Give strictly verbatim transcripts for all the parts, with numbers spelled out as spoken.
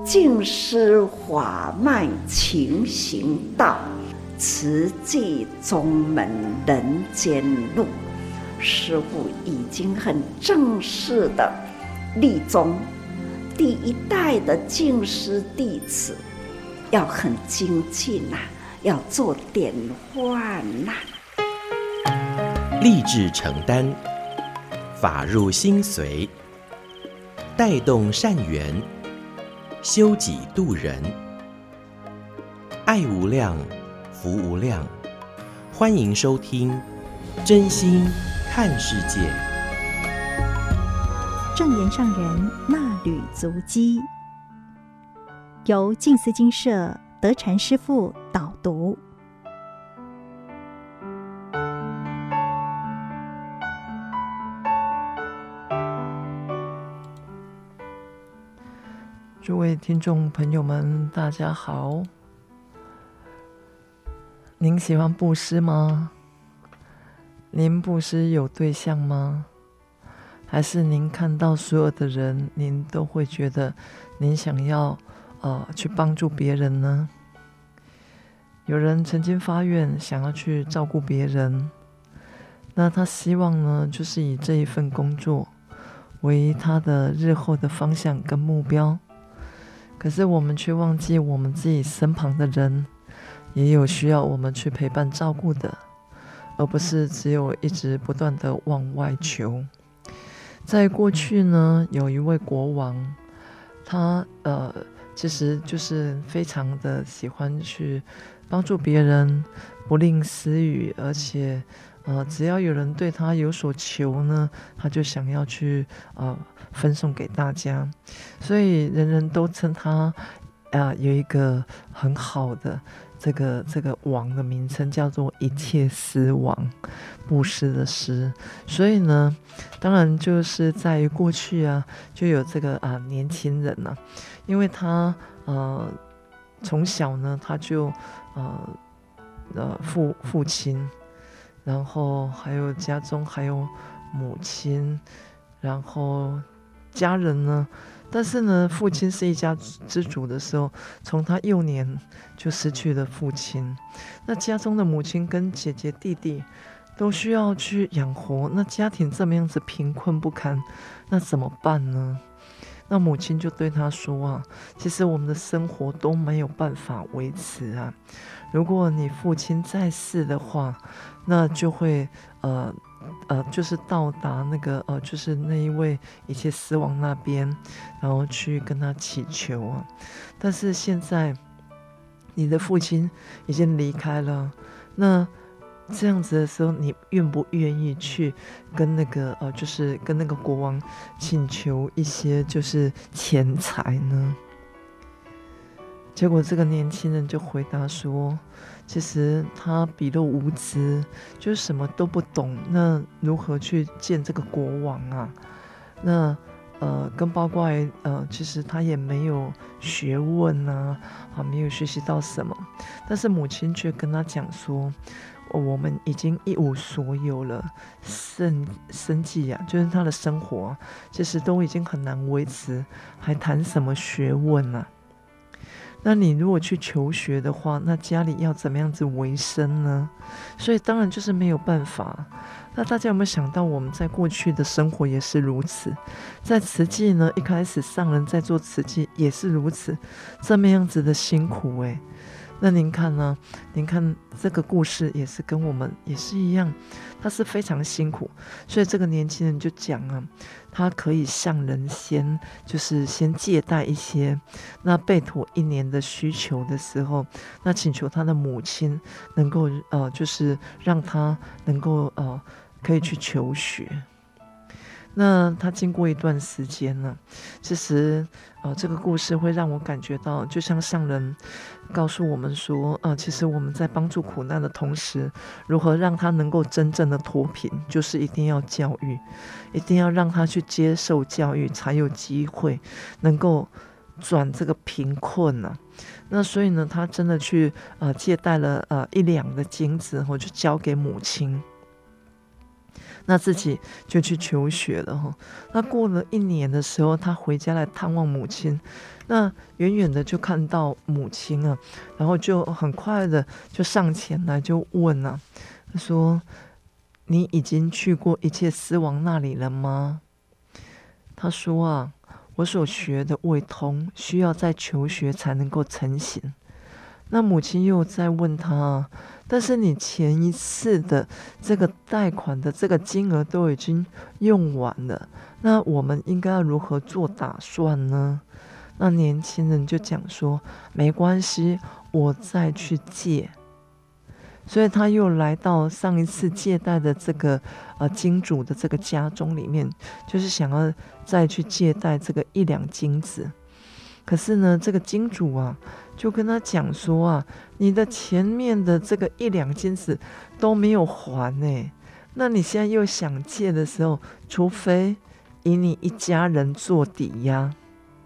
尽施华脉勤行道，慈济宗门人间路。师父已经很正式的立宗，第一代的净师弟子要很精进呐、啊，要做典范呐、 啊。立志承担，法入心随，带动善缘，修己度人，爱无量，福无量。欢迎收听《真心看世界》， 正言上人那履足迹，由静思精舍德禅师父导读。 诸位听众朋友们，大家好。您喜欢布施吗？您布施有对象吗？还是您看到所有的人，您都会觉得您想要呃去帮助别人呢？有人曾经发愿想要去照顾别人，那他希望呢，就是以这一份工作为他的日后的方向跟目标。可是我们却忘记我们自己身旁的人也有需要我们去陪伴照顾的，而不是只有一直不断的往外求。在过去呢，有一位国王，他呃其实就是非常的喜欢去帮助别人，不吝施予，而且呃只要有人对他有所求呢，他就想要去呃分送给大家，所以人人都称他啊、呃、有一个很好的这个这个王的名称，叫做一切施王，布施的施。所以呢，当然就是在于过去啊，就有这个啊年轻人啊，因为他呃从小呢他就呃呃父父亲，然后还有家中还有母亲，然后家人呢，但是呢，父亲是一家之主的时候，从他幼年就失去了父亲。那家中的母亲跟姐姐弟弟都需要去养活，那家庭这么样子贫困不堪，那怎么办呢？那母亲就对他说啊，其实我们的生活都没有办法维持啊。如果你父亲在世的话，那就会呃。呃，就是到达那个呃，就是那一位一切施王那边，然后去跟他祈求啊。但是现在你的父亲已经离开了，那这样子的时候，你愿不愿意去跟那个呃，就是跟那个国王请求一些就是钱财呢？结果这个年轻人就回答说，其实他笔落无知，就是什么都不懂，那如何去见这个国王啊？那呃，跟包括呃，其实他也没有学问啊，啊，没有学习到什么。但是母亲却跟他讲说，哦，我们已经一无所有了，生生计啊，就是他的生活、啊，其实都已经很难维持，还谈什么学问啊？那你如果去求学的话，那家里要怎么样子维生呢？所以当然就是没有办法。那大家有没有想到，我们在过去的生活也是如此？在慈济呢，一开始上人在做慈济也是如此，这么样子的辛苦哎、欸。那您看呢？您看这个故事也是跟我们也是一样，他是非常辛苦，所以这个年轻人就讲啊，他可以向人先就是先借贷一些，那备妥一年的需求的时候，那请求他的母亲能够呃，就是让他能够呃可以去求学。那他经过一段时间呢，其实呃这个故事会让我感觉到，就像上人告诉我们说，呃其实我们在帮助苦难的同时，如何让他能够真正的脱贫，就是一定要教育，一定要让他去接受教育，才有机会能够转这个贫困啊。那所以呢，他真的去呃借贷了呃一两的金子，我就交给母亲。 那自己就去求学了哈。那过了一年的时候，他回家来探望母亲，那远远的就看到母亲啊，然后就很快的就上前来就问啊，他说：“你已经去过一切狮王那里了吗？”他说啊，我所学的未通，需要再求学才能够成型。那母亲又再问他，但是你前一次的这个贷款的这个金额都已经用完了，那我们应该要如何做打算呢？那年轻人就讲说，没关系，我再去借。所以他又来到上一次借贷的这个呃金主的这个家中里面，就是想要再去借贷这个一两金子。可是呢，这个金主啊就跟他讲说啊，你的前面的这个一两金子都没有还呢，那你现在又想借的时候，除非以你一家人做抵押。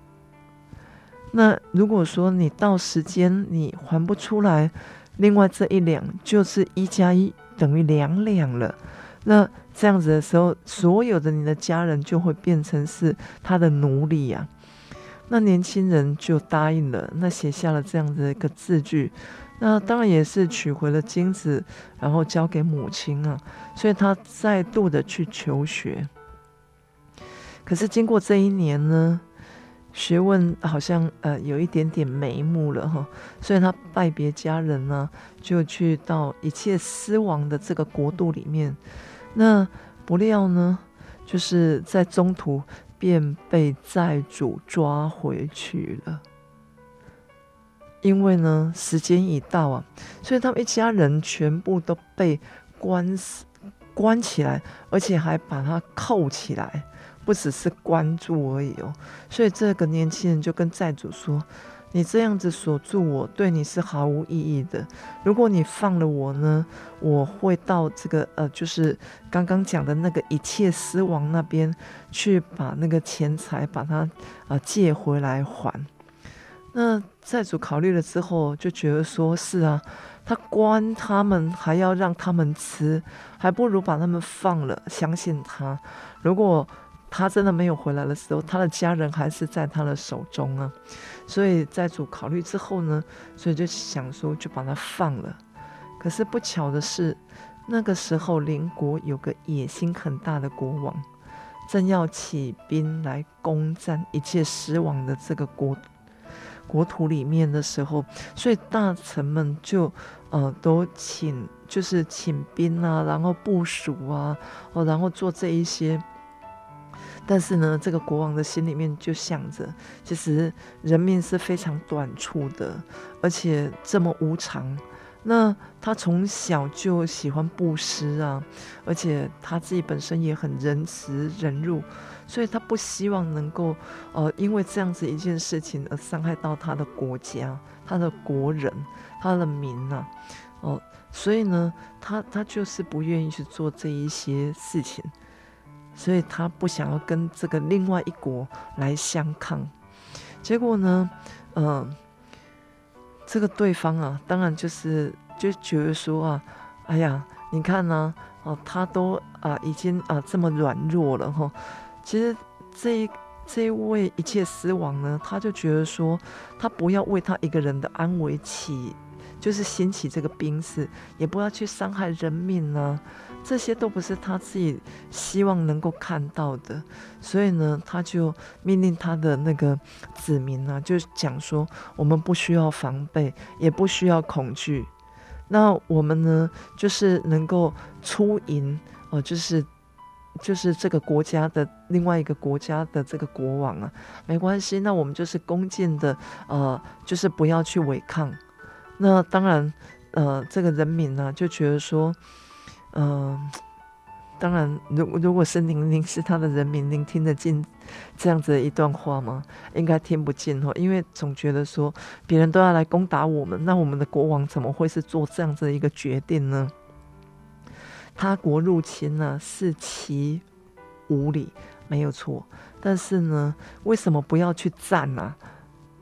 那如果说你到时间你还不出来，另外这一两就是一加一等于两两了。那这样子的时候，所有的你的家人就会变成是他的奴隶啊。那年轻人就答应了，那写下了这样的一个字句。那当然也是取回了金子，然后交给母亲啊。所以他再度的去求学。可是经过这一年呢，学问好像呃有一点点眉目了哈，所以他拜别家人呢，就去到一切狮王的这个国度里面。那不料呢，就是在中途便被债主抓回去了。因为呢时间已到啊，所以他们一家人全部都被关死关起来，而且还把他扣起来。不只是关注而已哦，所以这个年轻人就跟债主说：“你这样子锁住我，对你是毫无意义的。如果你放了我呢，我会到这个呃，就是刚刚讲的那个一切狮王那边去，把那个钱财把它呃借回来还。”那债主考虑了之后，就觉得说：“是啊，他关他们还要让他们吃，还不如把他们放了，相信他。如果他真的没有回来的时候，他的家人还是在他的手中啊。所以债主考虑之后呢，所以就想说就把他放了。可是不巧的是，那个时候邻国有个野心很大的国王，正要起兵来攻占一切狮王的这个国国土里面的时候，所以大臣们就呃都请就是请兵啊，然后部署啊，哦，然后做这一些。但是呢，这个国王的心里面就想着，其实人命是非常短促的，而且这么无常。那他从小就喜欢布施啊，而且他自己本身也很仁慈忍辱，所以他不希望能够呃因为这样子一件事情而伤害到他的国家、他的国人、他的民啊，哦、呃，所以呢，他他就是不愿意去做这一些事情。所以他不想要跟这个另外一国来相抗，结果呢，嗯、呃，这个对方啊，当然就是就觉得说啊，哎呀，你看呢、啊，哦，他都啊、呃、已经啊、呃、这么软弱了哈。其实这一这一位一切狮王呢，他就觉得说，他不要为他一个人的安危起，就是兴起这个兵事，也不要去伤害人命啊。这些都不是他自己希望能够看到的，所以呢，他就命令他的那个子民啊，就讲说，我们不需要防备，也不需要恐惧。那我们呢，就是能够出营，哦、呃，就是就是这个国家的另外一个国家的这个国王啊，没关系，那我们就是恭敬的，呃，就是不要去违抗。那当然，呃，这个人民呢、啊，就觉得说。嗯、呃，当然，如如果是您，您是他的人民，您听得进这样子的一段话吗？应该听不进哦，因为总觉得说别人都要来攻打我们，那我们的国王怎么会是做这样子的一个决定呢？他国入侵呢、啊、是其无理，没有错，但是呢，为什么不要去战啊？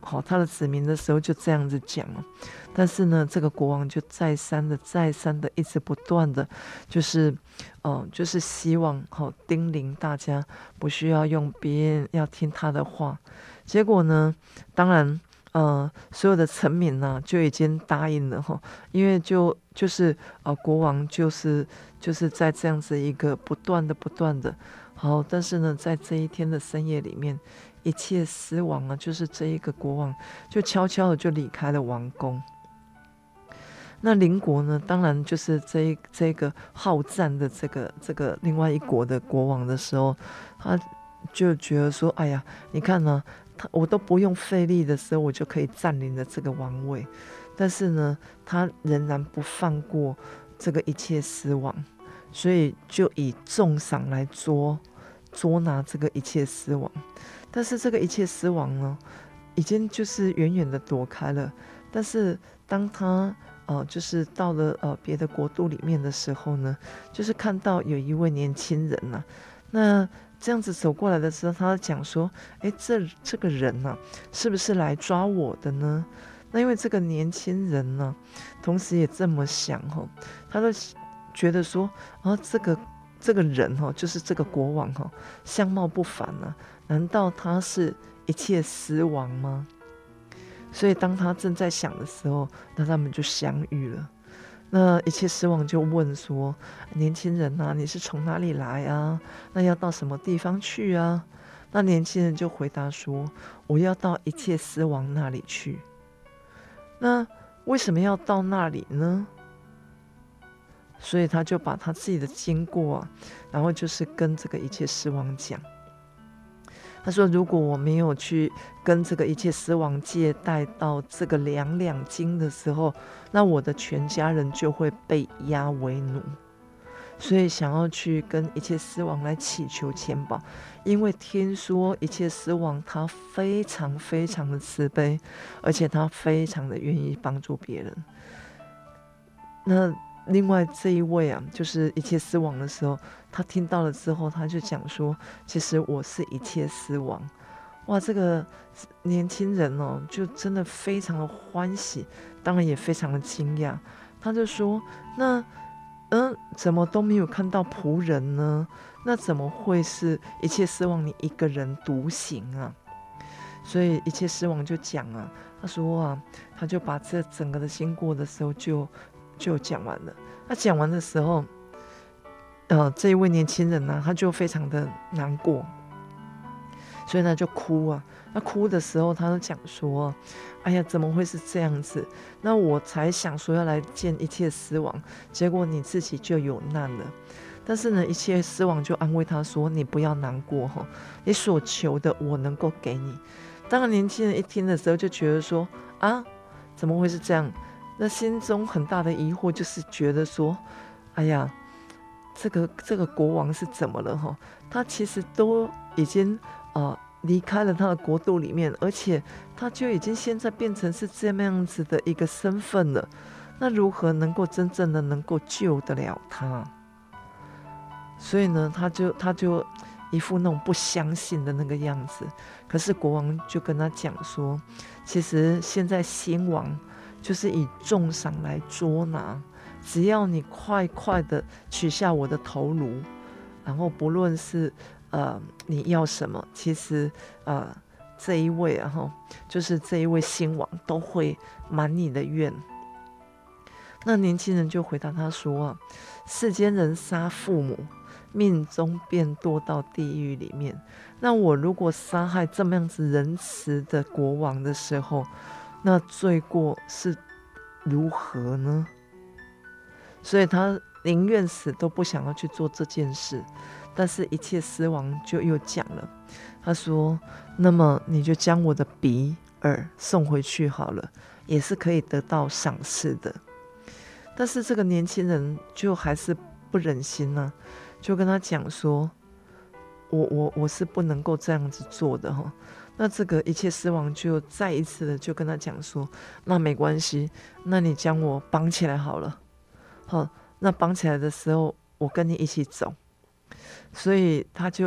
好他的子民的时候就这样子讲了。但是呢，这个国王就再三的、再三的、一直不断的，就是，呃，就是希望好、哦、叮咛大家不需要用别人，要听他的话。结果呢，当然，呃，所有的臣民呢、啊、就已经答应了哈、哦，因为就就是呃，国王就是就是在这样子一个不断的、不断的，好，但是呢，在这一天的深夜里面，一切死亡啊，就是这一个国王就悄悄的就离开了王宫。那邻国呢，当然就是这一这个好战的这个这个另外一国的国王的时候，他就觉得说，哎呀，你看呢、啊，他我都不用费力的时候，我就可以占领了这个王位，但是呢，他仍然不放过这个一切死亡，所以就以重赏来捉捉拿这个一切死亡。但是这个一切死亡呢，已经就是远远的躲开了。但是当他呃，就是到了呃别的国度里面的时候呢，就是看到有一位年轻人呐、啊，那这样子走过来的时候，他讲说，哎，这这个人呐、啊，是不是来抓我的呢？那因为这个年轻人呢、啊，同时也这么想哈，他都觉得说，啊，这个这个人哈，就是这个国王哈，相貌不凡啊，难道他是一切死亡吗？所以当他正在想的时候，那他们就相遇了。那一切死亡就问说，年轻人啊，你是从哪里来啊？那要到什么地方去啊？那年轻人就回答说，我要到一切死亡那里去。那为什么要到那里呢？所以他就把他自己的经过啊，然后就是跟这个一切死亡讲。他说，如果我没有去跟这个一切死亡借贷到这个两两金的时候，那我的全家人就会被押为奴。所以想要去跟一切死亡来祈求钱宝，因为听说一切死亡他非常非常的慈悲，而且他非常的愿意帮助别人。那另外这一位啊，就是一切死亡的时候，他听到了之后，他就讲说，其实我是一切死亡。哇，这个年轻人哦，就真的非常的欢喜，当然也非常的惊讶。他就说，那嗯，怎么都没有看到仆人呢？那怎么会是一切死亡你一个人独行啊？所以一切死亡就讲啊，他说啊，他就把这整个的经过的时候就就讲完了。他讲完的时候，呃，这一位年轻人呢、啊，他就非常的难过，所以呢就哭啊。那哭的时候，他就讲说：“哎呀，怎么会是这样子？那我才想说要来见一切死亡，结果你自己就有难了。”但是呢，一切死亡就安慰他说：“你不要难过哈，你所求的我能够给你。”当然，年轻人一听的时候就觉得说：“啊，怎么会是这样？”那心中很大的疑惑就是觉得说：“哎呀，这个这个国王是怎么了哈？他其实都已经呃离开了他的国度里面，而且他就已经现在变成是这么样子的一个身份了。那如何能够真正的能够救得了他？”所以呢，他就他就一副那种不相信的那个样子。可是国王就跟他讲说，其实现在新王就是以重赏来捉拿，只要你快快的取下我的头颅，然后不论是呃你要什么，其实呃这一位啊哈，就是这一位新王都会满你的愿。那年轻人就回答他说啊，世间人杀父母，命中便堕到地狱里面。那我如果杀害这么样子仁慈的国王的时候，那罪过是如何呢？所以他宁愿死都不想要去做这件事。但是一切死亡就又讲了，他说：“那么你就将我的鼻耳送回去好了，也是可以得到赏赐的。”但是这个年轻人就还是不忍心啊，就跟他讲说：“我我我是不能够这样子做的哈。”那这个一切死亡就再一次的就跟他讲说：“那没关系，那你将我绑起来好了。好，那绑起来的时候，我跟你一起走。”所以他就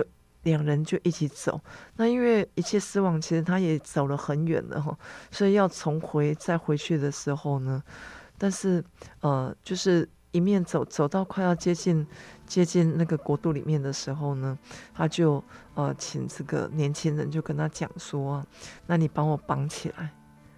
两人就一起走。那因为一切狮王其实他也走了很远了哈，所以要重回再回去的时候呢，但是呃，就是一面走走到快要接近接近那个国度里面的时候呢，他就呃请这个年轻人就跟他讲说、啊，那你帮我绑起来，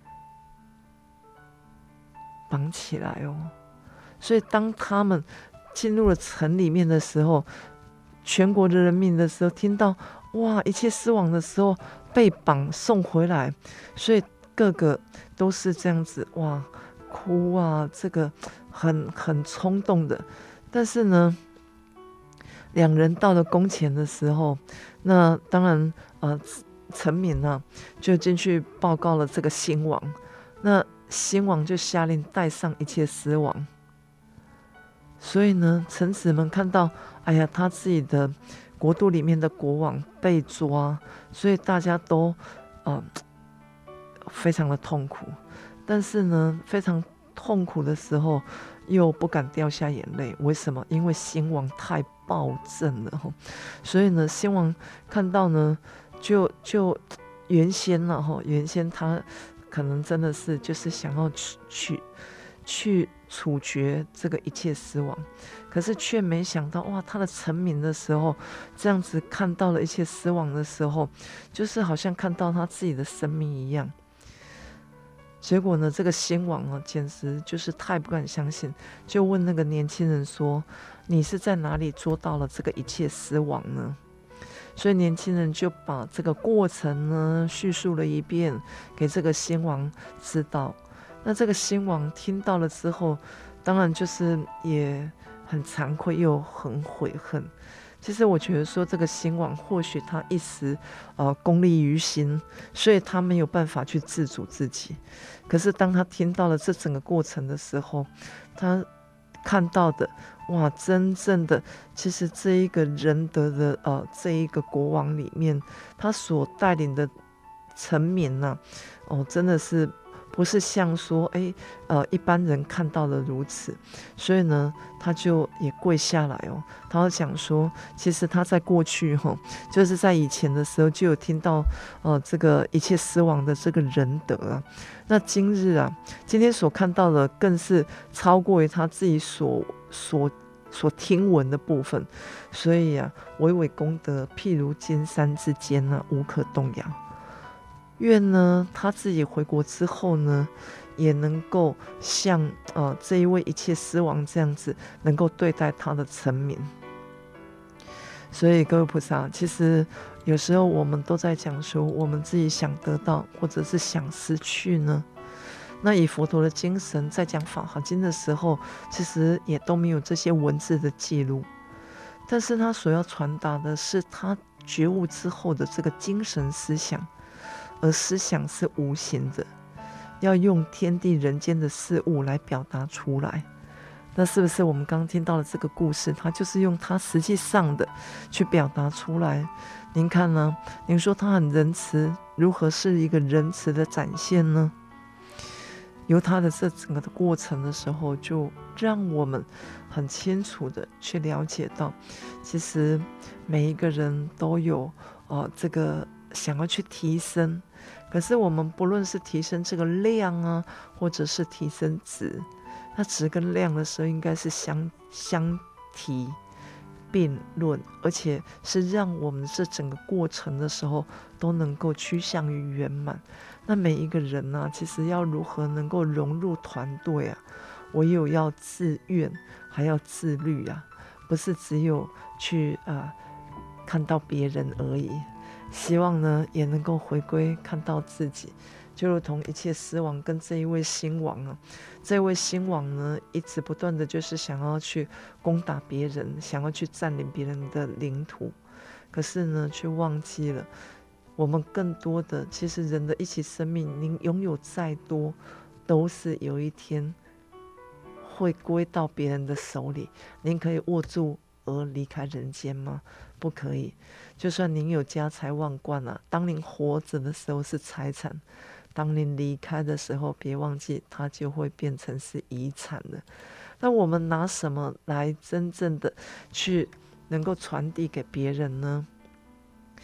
绑起来哦。所以当他们进入了城里面的时候，全国的人民的时候，听到哇一切狮王的时候，被绑送回来，所以个个都是这样子哇哭啊，这个很很冲动的。但是呢，两人到了宫前的时候，那当然呃臣民呢、啊、就进去报告了这个新王，那新王就下令带上一切狮王。所以呢，臣子们看到，哎呀，他自己的国度里面的国王被抓，所以大家都，呃，非常的痛苦。但是呢，非常痛苦的时候，又不敢掉下眼泪。为什么？因为新王太暴政了，所以呢，新王看到呢，就就原先了哈，原先他可能真的是就是想要去去去。处决这个一切狮王，可是却没想到哇，他的臣民的时候，这样子看到了一切狮王的时候，就是好像看到他自己的生命一样。结果呢，这个新王啊，简直就是太不敢相信，就问那个年轻人说：“你是在哪里捉到了这个一切狮王呢？”所以年轻人就把这个过程呢叙述了一遍，给这个新王知道。那这个新王听到了之后，当然就是也很惭愧又很悔恨。其实我觉得说，这个新王或许他一时呃功利于心，所以他没有办法去自主自己。可是当他听到了这整个过程的时候，他看到的哇，真正的其实这一个仁德的呃这一个国王里面，他所带领的臣民呐、啊，哦，真的是。不是像说，哎，呃，一般人看到的如此，所以呢，他就也跪下来哦。他要讲说，其实他在过去哈、哦，就是在以前的时候就有听到，呃，这个一切狮王的这个仁德啊。那今日啊，今天所看到的更是超过于他自己所所所听闻的部分。所以啊，巍巍功德，譬如金山之间呢、啊，无可动摇。愿呢，他自己回国之后呢，也能够像呃这一位一切狮王这样子，能够对待他的臣民。所以各位菩萨，其实有时候我们都在讲说，我们自己想得到，或者是想失去呢。那以佛陀的精神，在讲法华经的时候，其实也都没有这些文字的记录，但是他所要传达的是他觉悟之后的这个精神思想。而思想是无形的，要用天地人间的事物来表达出来。那是不是我们刚刚听到的这个故事，它就是用它实际上的去表达出来？您看呢？您说它很仁慈，如何是一个仁慈的展现呢？由它的这整个的过程的时候，就让我们很清楚的去了解到，其实每一个人都有呃这个想要去提升。可是我们不论是提升这个量啊，或者是提升质，那质跟量的时候应该是相相提并论，而且是让我们这整个过程的时候都能够趋向于圆满。那每一个人啊，其实要如何能够融入团队啊，唯有要自愿，还要自律啊，不是只有去呃看到别人而已。希望呢也能够回归看到自己，就如同一切狮王跟这一位新王啊，这位新王呢一直不断的就是想要去攻打别人，想要去占领别人的领土，可是呢却忘记了我们更多的，其实人的一起生命，您拥有再多都是有一天会归到别人的手里。您可以握住而离开人间吗？不可以。就算您有家财万贯啊，当您活着的时候是财产，当您离开的时候，别忘记它就会变成是遗产了。那我们拿什么来真正的去能够传递给别人呢？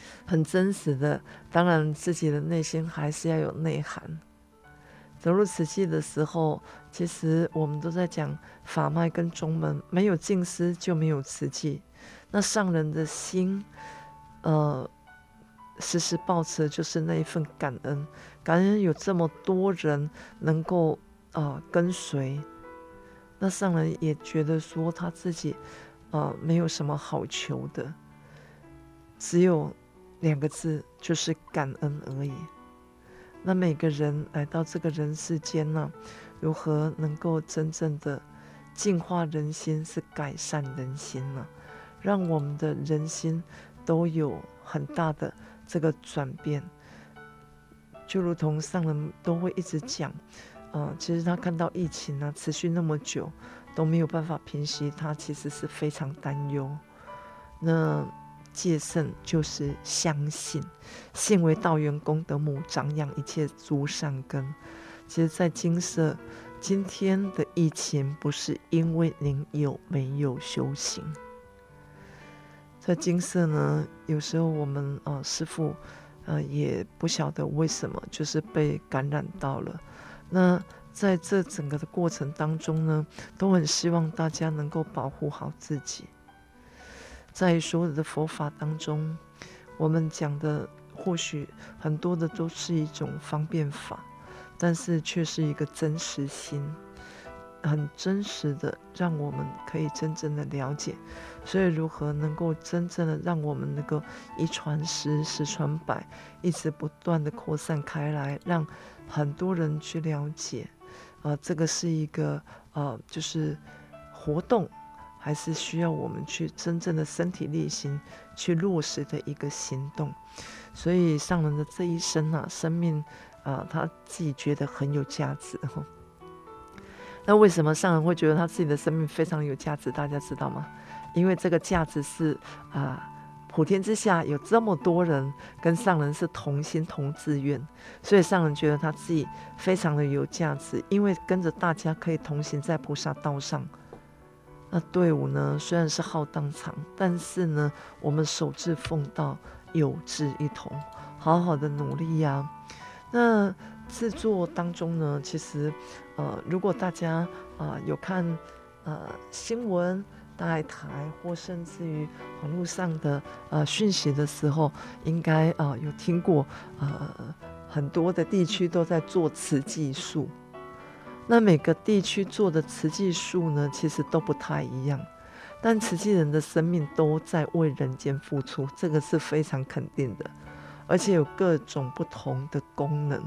很真实的，当然自己的内心还是要有内涵。走入慈济的时候，其实我们都在讲法脉跟宗门，没有静思就没有慈济。那上人的心，呃，时时抱持就是那一份感恩，感恩有这么多人能够呃跟随。那上人也觉得说他自己呃没有什么好求的，只有两个字，就是感恩而已。那每个人来到这个人世间呢、啊，如何能够真正的净化人心，是改善人心呢、啊？让我们的人心都有很大的这个转变。就如同上人都会一直讲，呃，其实他看到疫情啊持续那么久都没有办法平息，他其实是非常担忧。那戒慎就是相信，信为道源功德母，长养一切诸善根。其实在金色今天的疫情不是因为您有没有修行，在金色呢，有时候我们呃师父呃也不晓得为什么就是被感染到了。那在这整个的过程当中呢，都很希望大家能够保护好自己。在所有的佛法当中，我们讲的或许很多的都是一种方便法，但是却是一个真实心，很真实的让我们可以真正的了解。所以如何能够真正的让我们能够一传十，十传百，一直不断的扩散开来，让很多人去了解，呃，这个是一个呃，就是活动，还是需要我们去真正的身体力行去落实的一个行动。所以上人的这一生啊，生命啊、呃，他自己觉得很有价值。那为什么上人会觉得他自己的生命非常有价值？大家知道吗？因为这个价值是啊、呃，普天之下有这么多人跟上人是同心同志愿，所以上人觉得他自己非常的有价值，因为跟着大家可以同行在菩萨道上。那队伍呢，虽然是浩荡长，但是呢，我们守志奉道，有志一同，好好的努力呀、啊。那制作当中呢，其实呃，如果大家啊、呃、有看呃新闻、大爱台或甚至于网络上的呃讯息的时候，应该啊、呃、有听过呃很多的地区都在做慈济树。那每个地区做的慈济树呢，其实都不太一样，但慈济人的生命都在为人间付出，这个是非常肯定的，而且有各种不同的功能。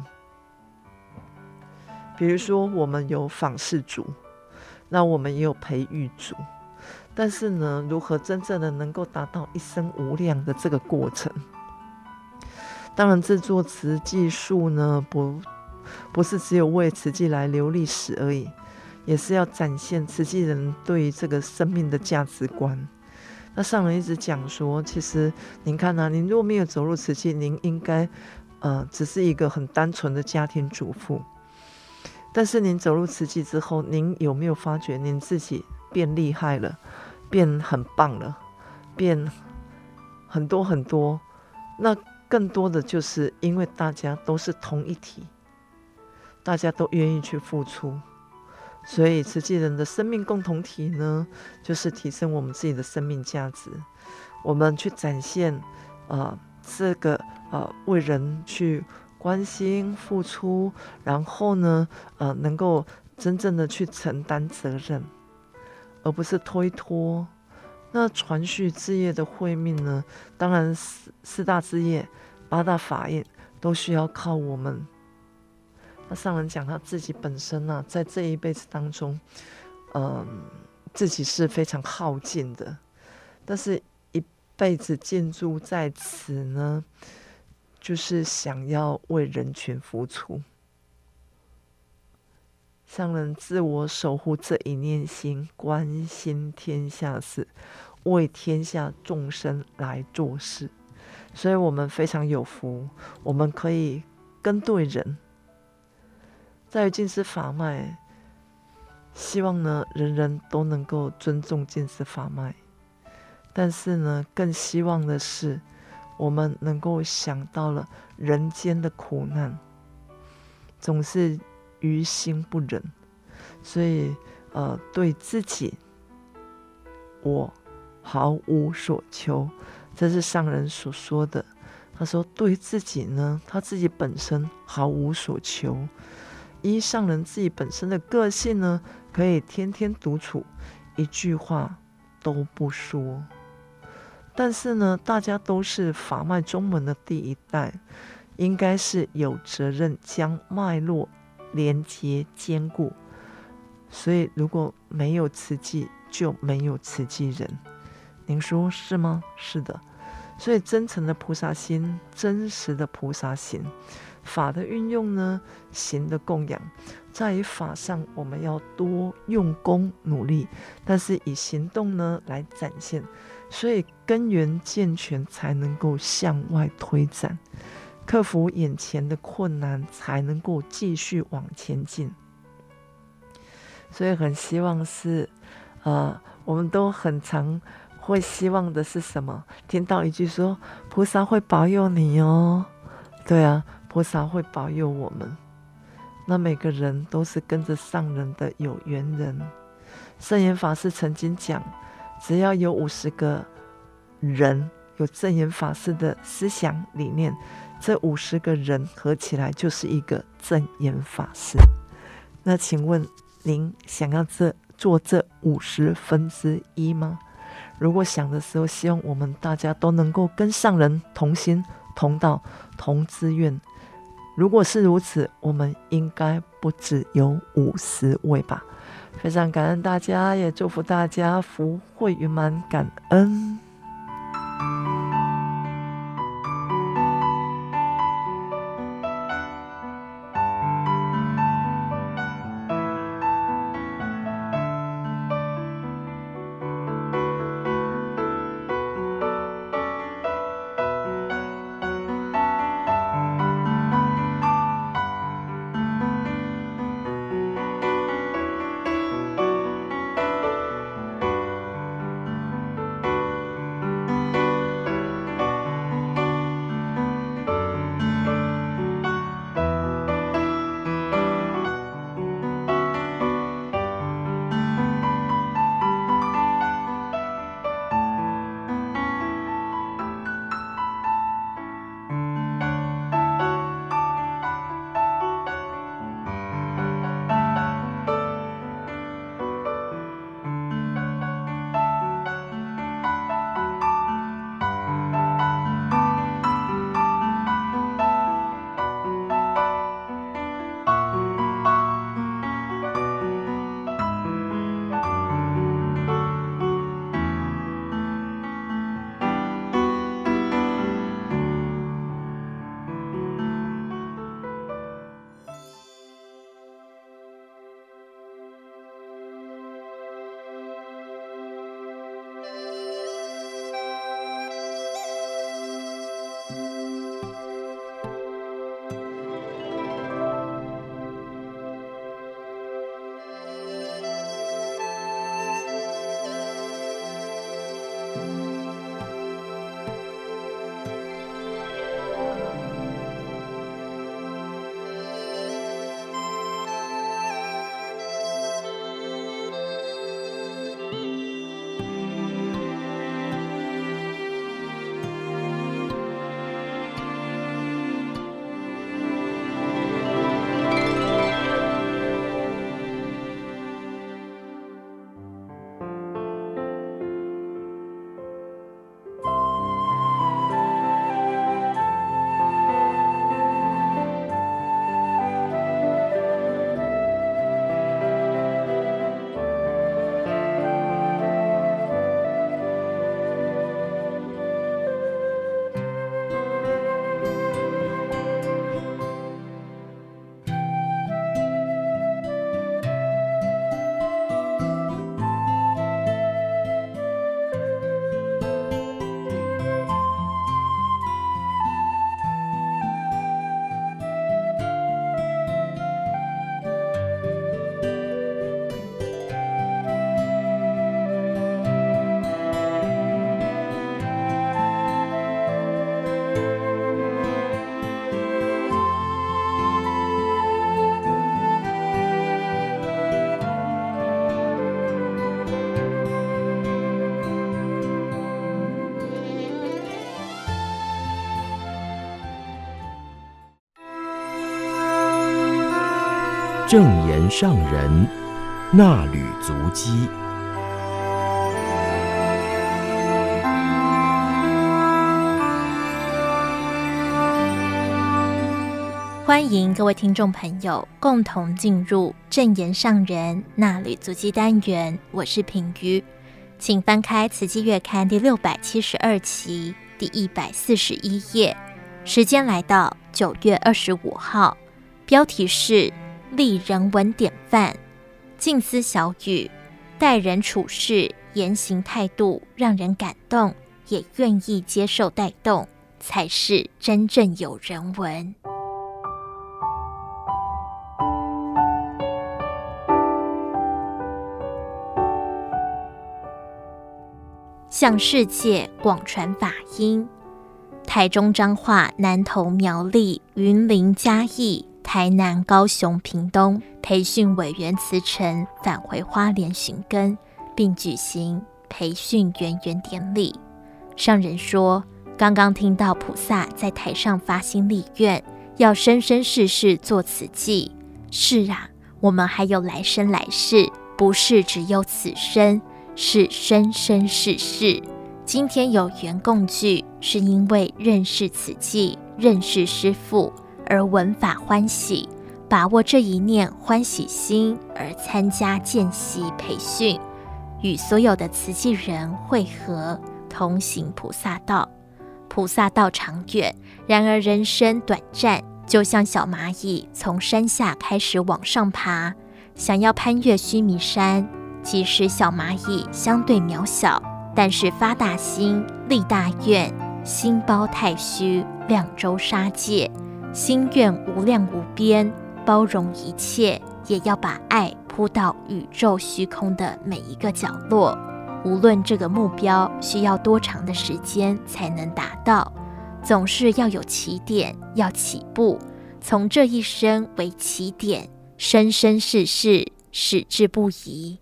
比如说我们有访视组，那我们也有培育组，但是呢，如何真正的能够达到一生无量的这个过程，当然制作慈济树呢，不不是只有为慈济来留历史而已，也是要展现慈济人对于这个生命的价值观。那上人一直讲说，其实您看啊，您如果没有走入慈济，您应该呃只是一个很单纯的家庭主妇。但是您走入慈济之后，您有没有发觉您自己变厉害了，变很棒了，变很多很多？那更多的就是因为大家都是同一体，大家都愿意去付出，所以慈济人的生命共同体呢，就是提升我们自己的生命价值。我们去展现呃这个呃为人去关心付出，然后呢呃能够真正的去承担责任，而不是推脱。那传续之业的会命呢，当然四四大之业、八大法印都需要靠我们。那上人讲他自己本身啊，在这一辈子当中，嗯，自己是非常耗尽的，但是一辈子建筑在此呢，就是想要为人群付出。上人自我守护这一念心，关心天下事，为天下众生来做事，所以我们非常有福，我们可以跟对人。在于净思法脉，希望呢人人都能够尊重净思法脉，但是呢更希望的是我们能够想到了人间的苦难，总是于心不忍，所以呃，对自己我毫无所求，这是上人所说的。他说对自己呢，他自己本身毫无所求，依上人自己本身的个性呢，可以天天独处，一句话都不说。但是呢，大家都是法脉宗门的第一代，应该是有责任将脉络连结坚固，所以如果没有慈济，就没有慈济人。您说是吗？是的。所以真诚的菩萨心，真实的菩萨行，法的运用呢，行的供养，在于法上我们要多用功努力，但是以行动呢来展现，所以根源健全才能够向外推展，克服眼前的困难，才能够继续往前进。所以很希望是呃，我们都很常会希望的是什么？听到一句说菩萨会保佑你哦，对啊，菩萨会保佑我们。那每个人都是跟着上人的有缘人。圣严法师曾经讲，只要有五十个人有证严法师的思想理念，这五十个人合起来就是一个证严法师。那请问您想要这做这五十分之一吗？如果想的时候，希望我们大家都能够跟上人同心同道同志愿。如果是如此，我们应该不只有五十位吧。非常感恩大家，也祝福大家福慧圆满，感恩。 正言上人衲履足迹。 欢迎各位听众朋友共同进入正言上人衲履足迹单元，我是品瑜，请翻开慈济月刊第六百七十二期第一百四十一页，时间来到九月二十五号，标题是立人文典范，静思小语，待人处事言行态度让人感动，也愿意接受带动，才是真正有人文。向世界广传法音。台中彰化、南投苗栗、云林嘉义、台南高雄屏东培训委员辞呈返回花莲寻根，并举行培训圆圆典礼。上人说，刚刚听到菩萨在台上发心立愿，要生生世世做慈济。是啊，我们还有来生来世，不是只有此生，是生生世世。今天有缘共聚，是因为认识慈济，认识师父，而闻法欢喜，把握这一念欢喜心而参加见习培训，与所有的慈济人会合，同行菩萨道。菩萨道长远，然而人生短暂，就像小蚂蚁从山下开始往上爬，想要攀越须弥山，即使小蚂蚁相对渺小，但是发大心，立大愿，心包太虚，量周沙界，心愿无量无边，包容一切，也要把爱铺到宇宙虚空的每一个角落。无论这个目标需要多长的时间才能达到，总是要有起点，要起步，从这一生为起点，生生世世矢志不移。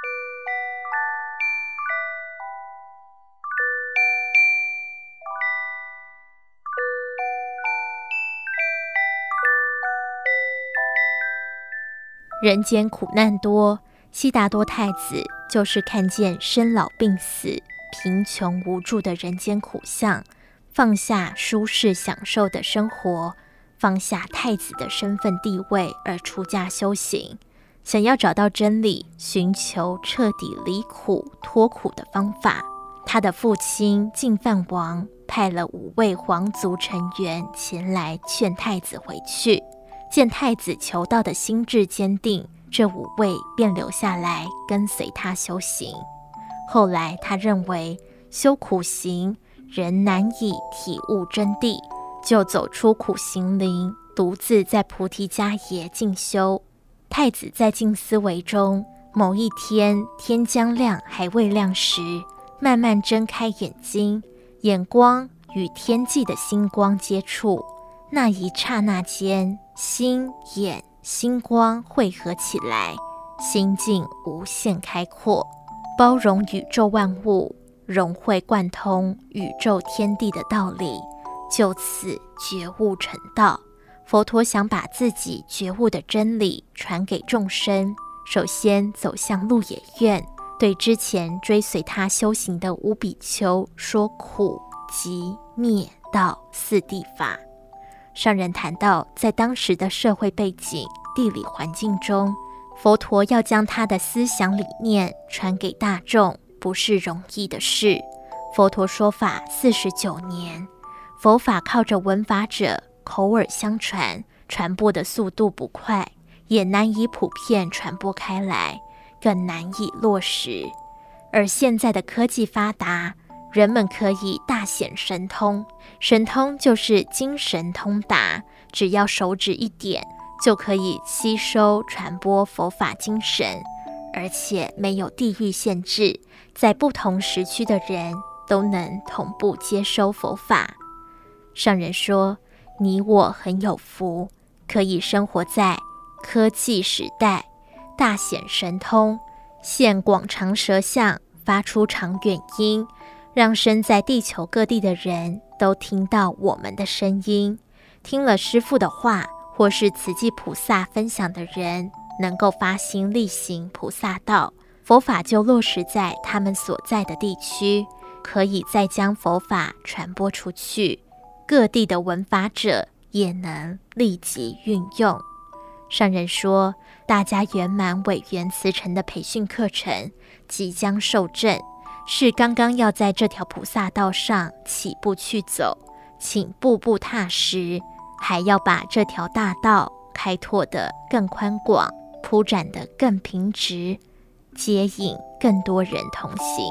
人间苦难多，悉达多太子就是看见生老病死、贫穷无助的人间苦相，放下舒适享受的生活，放下太子的身份地位而出家修行，想要找到真理，寻求彻底离苦脱苦的方法。他的父亲净饭王派了五位皇族成员前来劝太子回去，见太子求道的心智坚定，这五位便留下来跟随他修行。后来他认为修苦行人难以体悟真谛，就走出苦行林，独自在菩提迦耶静修。太子在静思维中，某一天天将亮还未亮时，慢慢睁开眼睛，眼光与天际的星光接触，那一刹那间，心眼星光汇合起来，心境无限开阔，包容宇宙万物，融会贯通宇宙天地的道理，就此觉悟成道。佛陀想把自己觉悟的真理传给众生，首先走向鹿野苑，对之前追随他修行的五比丘说苦集灭道四谛法。上人谈到，在当时的社会背景、地理环境中，佛陀要将他的思想理念传给大众，不是容易的事。佛陀说法四十九年，佛法靠着闻法者口耳相传，传播的速度不快，也难以普遍传播开来，更难以落实。而现在的科技发达，人们可以大显神通，神通就是精神通达，只要手指一点，就可以吸收传播佛法精神，而且没有地域限制，在不同时区的人都能同步接收佛法。上人说，你我很有福，可以生活在科技时代，大显神通，现广长舌相，发出长远音，让身在地球各地的人都听到我们的声音。听了师父的话， 或是慈济菩萨分享的人能够发心力行菩萨道，佛法就落实在他们所在的地区，可以再将佛法传播出去，各地的闻法者也能立即运用。上人说，大家圆满委员慈诚的培训课程即将受证，是刚刚要在这条菩萨道上起步去走，请步步踏实，还要把这条大道开拓得更宽广，铺展得更平直，接引更多人同行。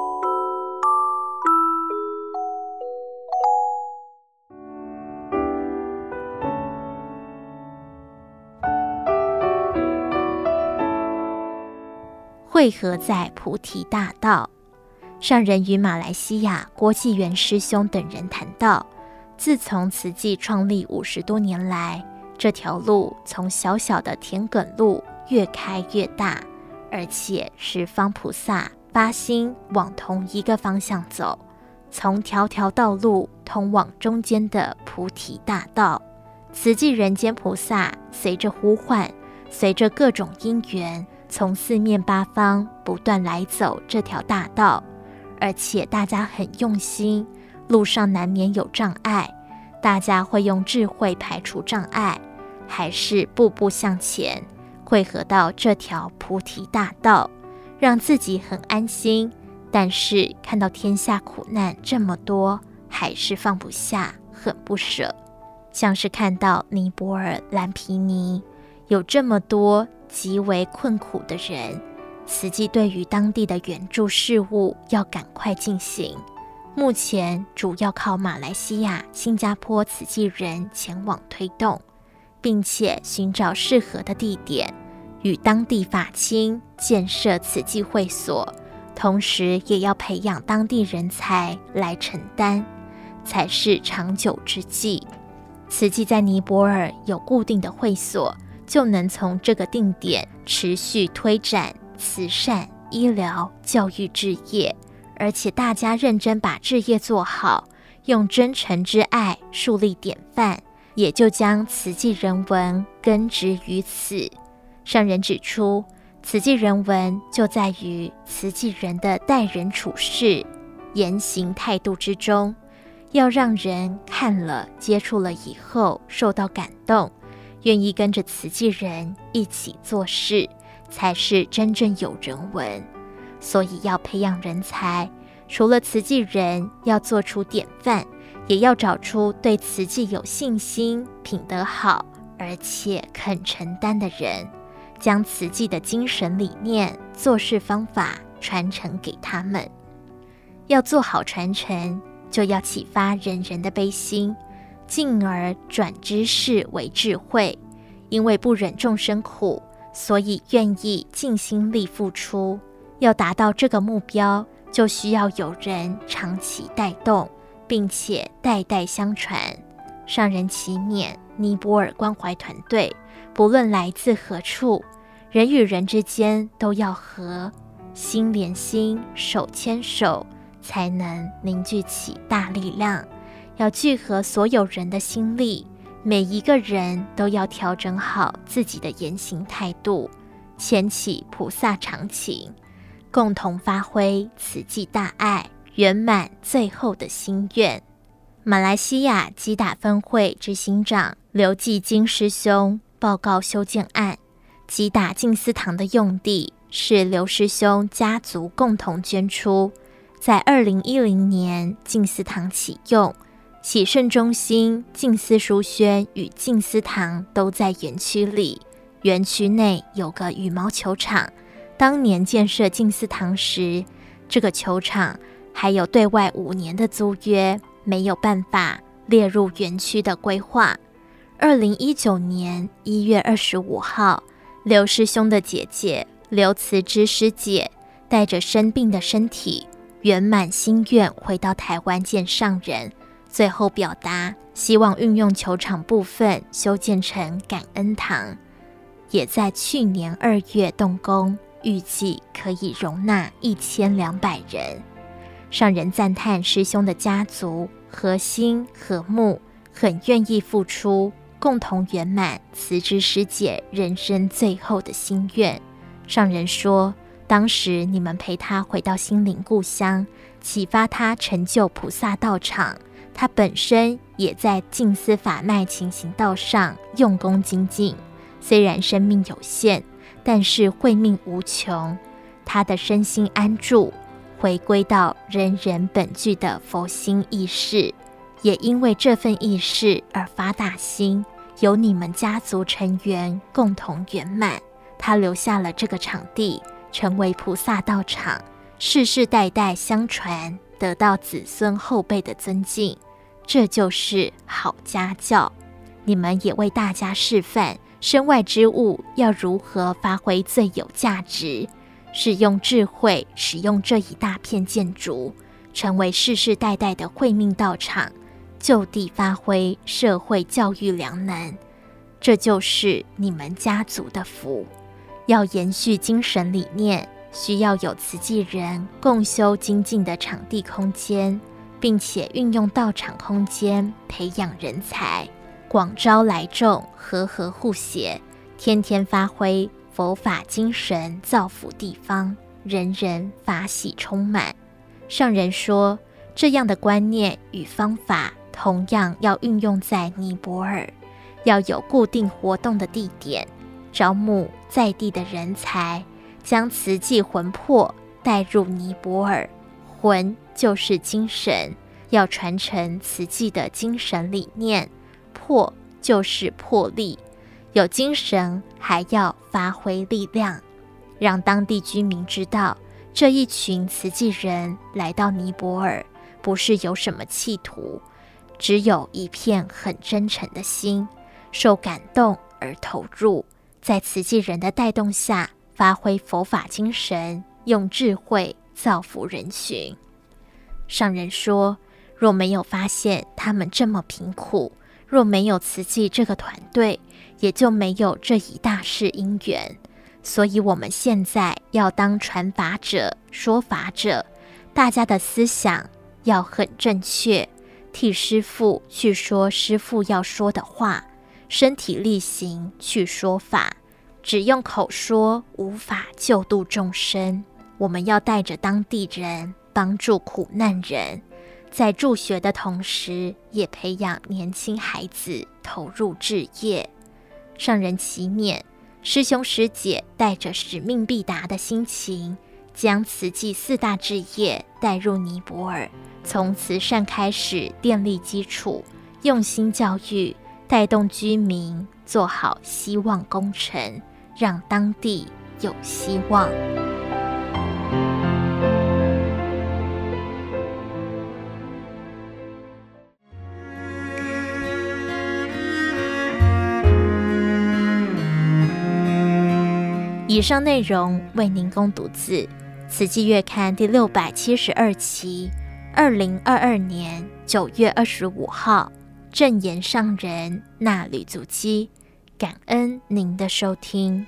汇合在菩提大道，上人与马来西亚郭继元师兄等人谈到，自从慈济创立五十多年来，这条路从小小的田埂路越开越大，而且十方菩萨发心往同一个方向走，从条条道路通往中间的菩提大道。慈济人间菩萨随着呼唤，随着各种因缘，从四面八方不断来走这条大道，而且大家很用心，路上难免有障碍，大家会用智慧排除障碍，还是步步向前，汇合到这条菩提大道，让自己很安心。但是看到天下苦难这么多，还是放不下，很不舍。像是看到尼泊尔蓝毗尼有这么多极为困苦的人，慈济对于当地的援助事务要赶快进行。目前主要靠马来西亚、新加坡慈济人前往推动，并且寻找适合的地点，与当地法亲建设慈济会所，同时也要培养当地人才来承担，才是长久之计。慈济在尼泊尔有固定的会所，就能从这个定点持续推展慈善、医疗、教育志业，而且大家认真把志业做好，用真诚之爱树立典范，也就将慈济人文根植于此。上人指出，慈济人文就在于慈济人的待人处事、言行态度之中，要让人看了、接触了以后受到感动，愿意跟着慈济人一起做事，才是真正有人文。所以要培养人才，除了慈济人要做出典范，也要找出对慈济有信心、品德好，而且肯承担的人，将慈济的精神理念、做事方法传承给他们。要做好传承，就要启发人人的悲心，进而转知识为智慧。因为不忍众生苦，所以愿意尽心力付出。要达到这个目标，就需要有人长期带动，并且代代相传。上人祈勉尼泊尔关怀团队，不论来自何处，人与人之间都要和，心连心，手牵手，才能凝聚起大力量。要聚合所有人的心力，每一个人都要调整好自己的言行态度，牵起菩萨长情，共同发挥慈济大爱，圆满最后的心愿。马来西亚基达分会执行长刘继金师兄报告修建案，基达静思堂的用地是刘师兄家族共同捐出，在二零一零年静思堂启用，喜圣中心、静思书轩与静思堂都在园区里。园区内有个羽毛球场，当年建设静思堂时，这个球场还有对外五年的租约，没有办法列入园区的规划。二零一九年一月二十五号，刘师兄的姐姐刘慈之师姐带着生病的身体，圆满心愿回到台湾见上人，最后表达希望运用球场部分修建成感恩堂，也在去年二月动工，预计可以容纳一千两百人。上人赞叹师兄的家族和心和睦，很愿意付出， 共同圆满慈枝师姐人生最后的心愿。上人说，当时你们陪她回到心灵故乡，启发她成就菩萨道场，她本身也在净思法脉勤行道上用功精进。虽然生命有限，但是慧命无穷，她的身心安住，回归到人人本具的佛心意识，也因为这份意识而发大心，由你们家族成员共同圆满。他留下了这个场地，成为菩萨道场，世世代代相传，得到子孙后辈的尊敬。这就是好家教。你们也为大家示范，身外之物要如何发挥最有价值，是用智慧使用这一大片建筑，成为世世代代的慧命道场，就地发挥社会教育良能。这就是你们家族的福。要延续精神理念，需要有慈济人共修精进的场地空间，并且运用道场空间培养人才，广招来众，和和互协，天天发挥佛法精神，造福地方，人人法喜充满。上人说，这样的观念与方法同样要运用在尼泊尔，要有固定活动的地点，招募在地的人才，将慈济魂魄带入尼泊尔。魂就是精神，要传承慈济的精神理念，魄就是魄力，有精神还要发挥力量，让当地居民知道，这一群慈济人来到尼泊尔，不是有什么企图，只有一片很真诚的心，受感动而投入，在慈济人的带动下，发挥佛法精神，用智慧造福人群。上人说，若没有发现他们这么贫苦，若没有慈济这个团队，也就没有这一大世因缘。所以我们现在要当传法者、说法者，大家的思想要很正确，替师父去说师父要说的话，身体力行去说法，只用口说无法救度众生。我们要带着当地人帮助苦难人，在助学的同时，也培养年轻孩子投入志业。上人祈勉师兄师姐带着使命必达的心情，将慈济四大志业带入尼泊尔，从慈善开始奠立基础，用心教育，带动居民做好希望工程，让当地有希望。以上内容为您供读自《慈济月刊》第六百七十二期，二零二二年九月二十五号，正言上人那吕足迹。感恩您的收听。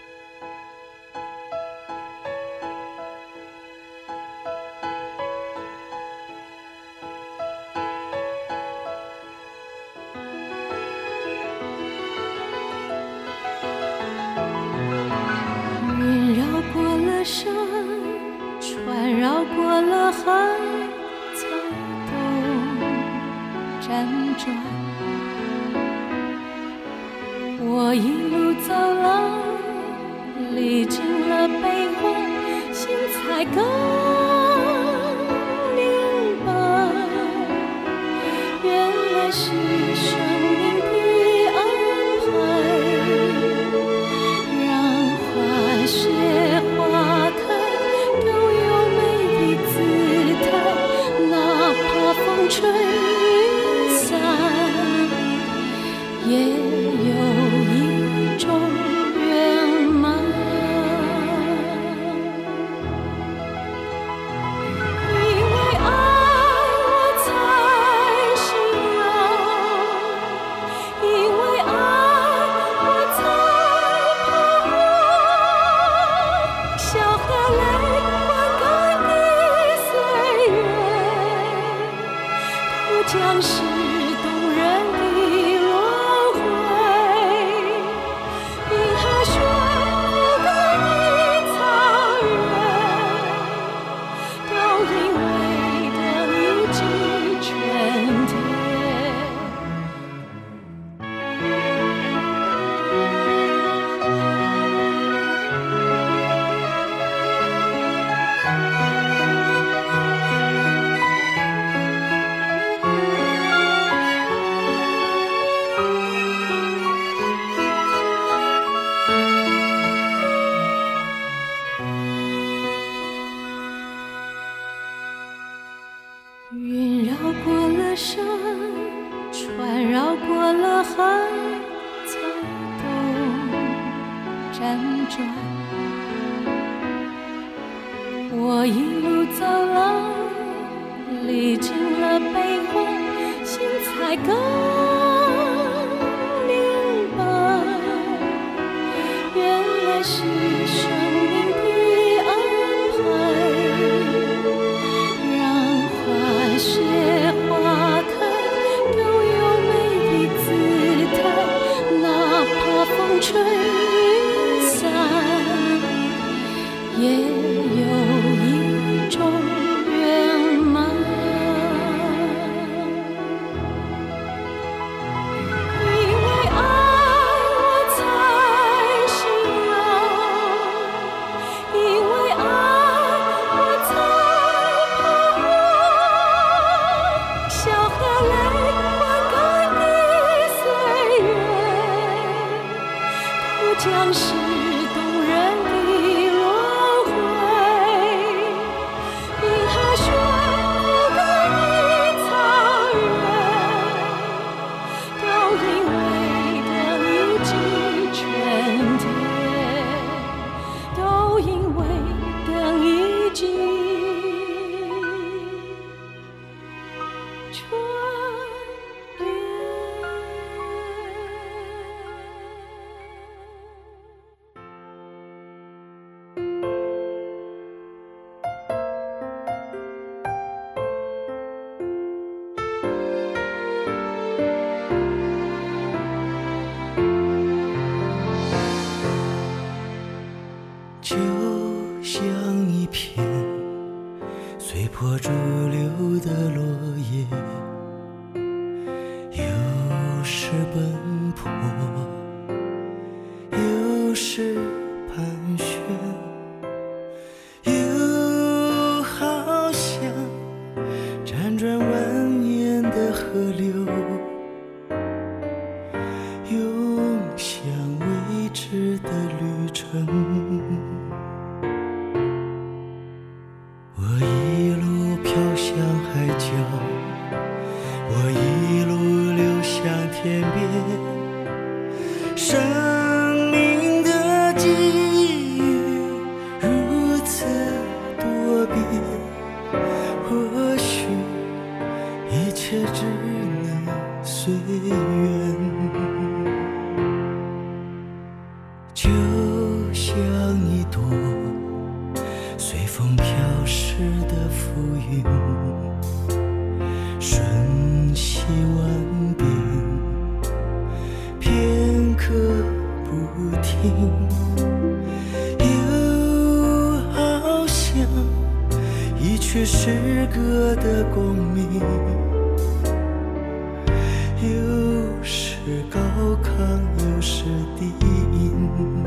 山船绕过了海，才懂辗转。我一路走来，历经了悲欢，心才更明白，原来是生命的安排，让花谢花开，都有美的姿态，哪怕风吹雨散，也有一种圆满。因为爱，我才信仰转。我一路走来，历经了悲欢，心才更明白，原来是生命的安排，让花谢花开都有美的姿态，哪怕风吹雨散，也有一种圆满。因为爱我才信仰，因为爱我才盼望，笑和泪灌溉的岁月，都将是动人的轮回。因海雪覆盖的草原，都因为等一季春天，都因为等一季春天。 就像一片随波逐流的落叶，有时奔波，有时盘旋，又好像辗转蜿蜒的河流，永向未知的旅程。我一路飘向海角，我一路流向天边。生命的际遇如此多变，或许一切只能随缘。就像一朵随风飘逝的浮云，瞬息万变，片刻不停，又好像一曲诗歌的共鸣，又是高亢，又是低吟。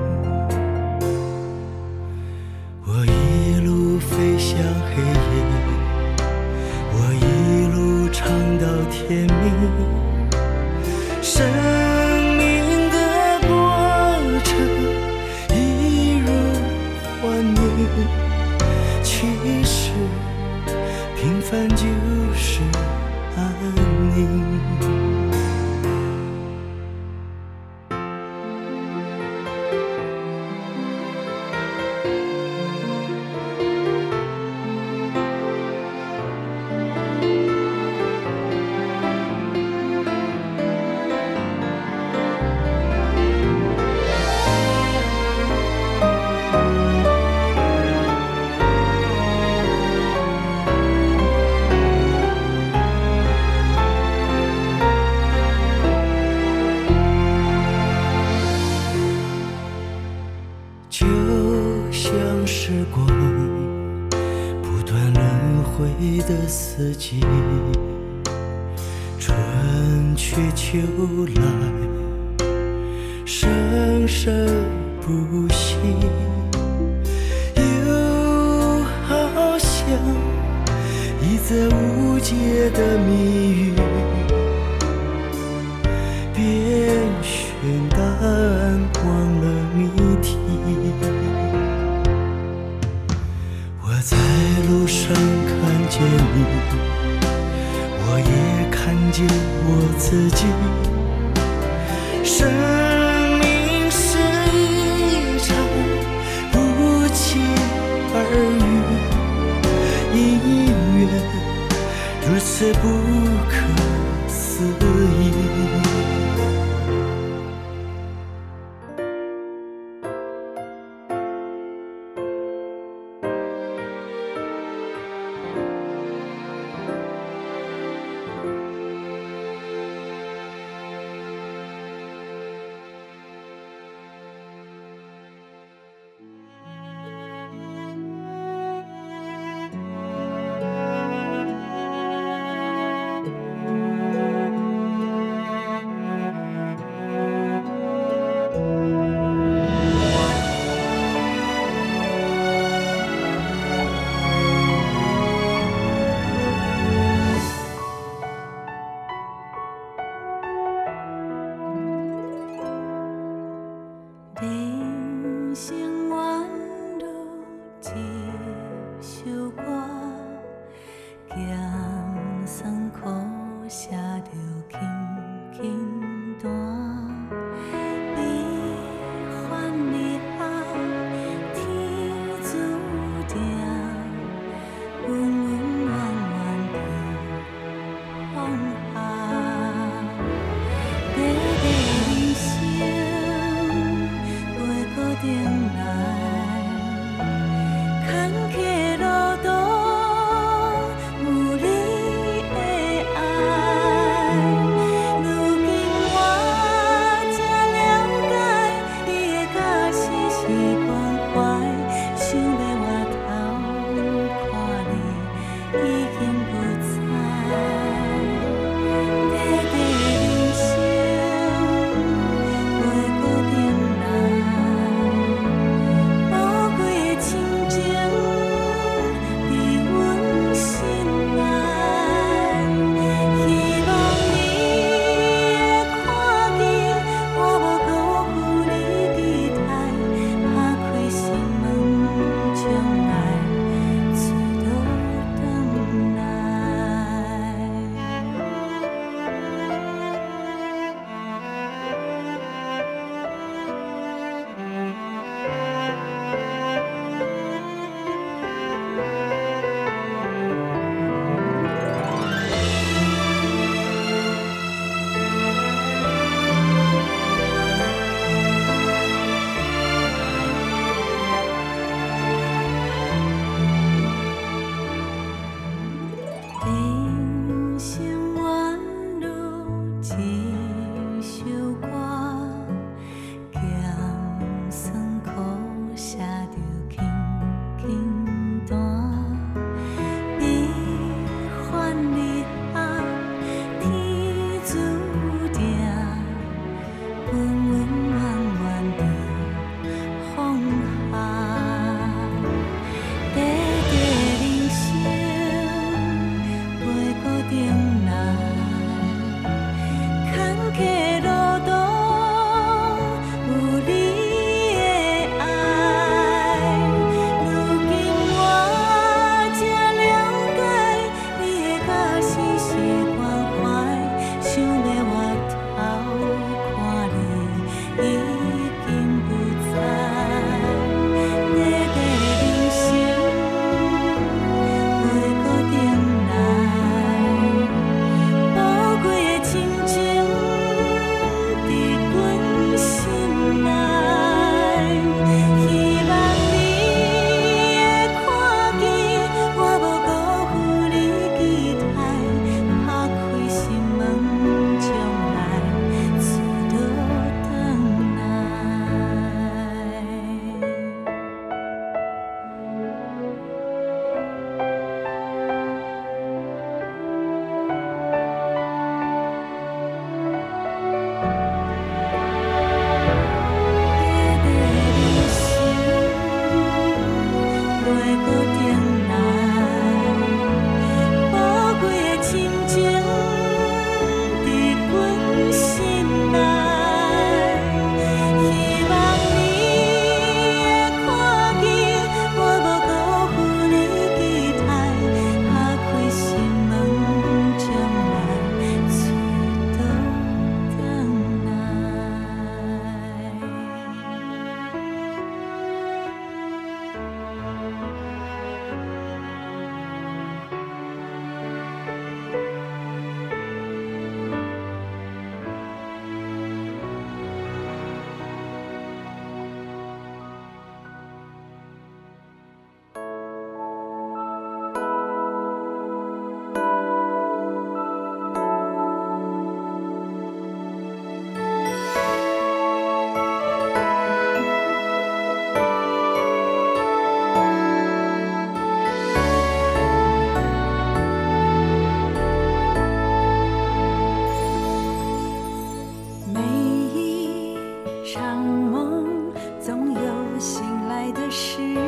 我一路飞向黑夜，我一路唱到天明。生命的过程一如幻影，其实平凡就是安宁。就像时光不断轮回的四季，春去秋来，生生不息，又好像一则无解的谜语，遍寻答案，忘了谜题。我在路上看见你，我也看见我自己。生命是一场这不可思议。 人生远路一首歌，咸酸苦涩着轻轻弹。悲欢离合，天注定，恩恩怨怨着放下。短短人生。定来，坎坷路途有你的爱。如今我才了解，你的假使是关怀。想要回头看你，已经不知。短短人生，袂固定来。将来，出路等来。 场梦总有醒来的时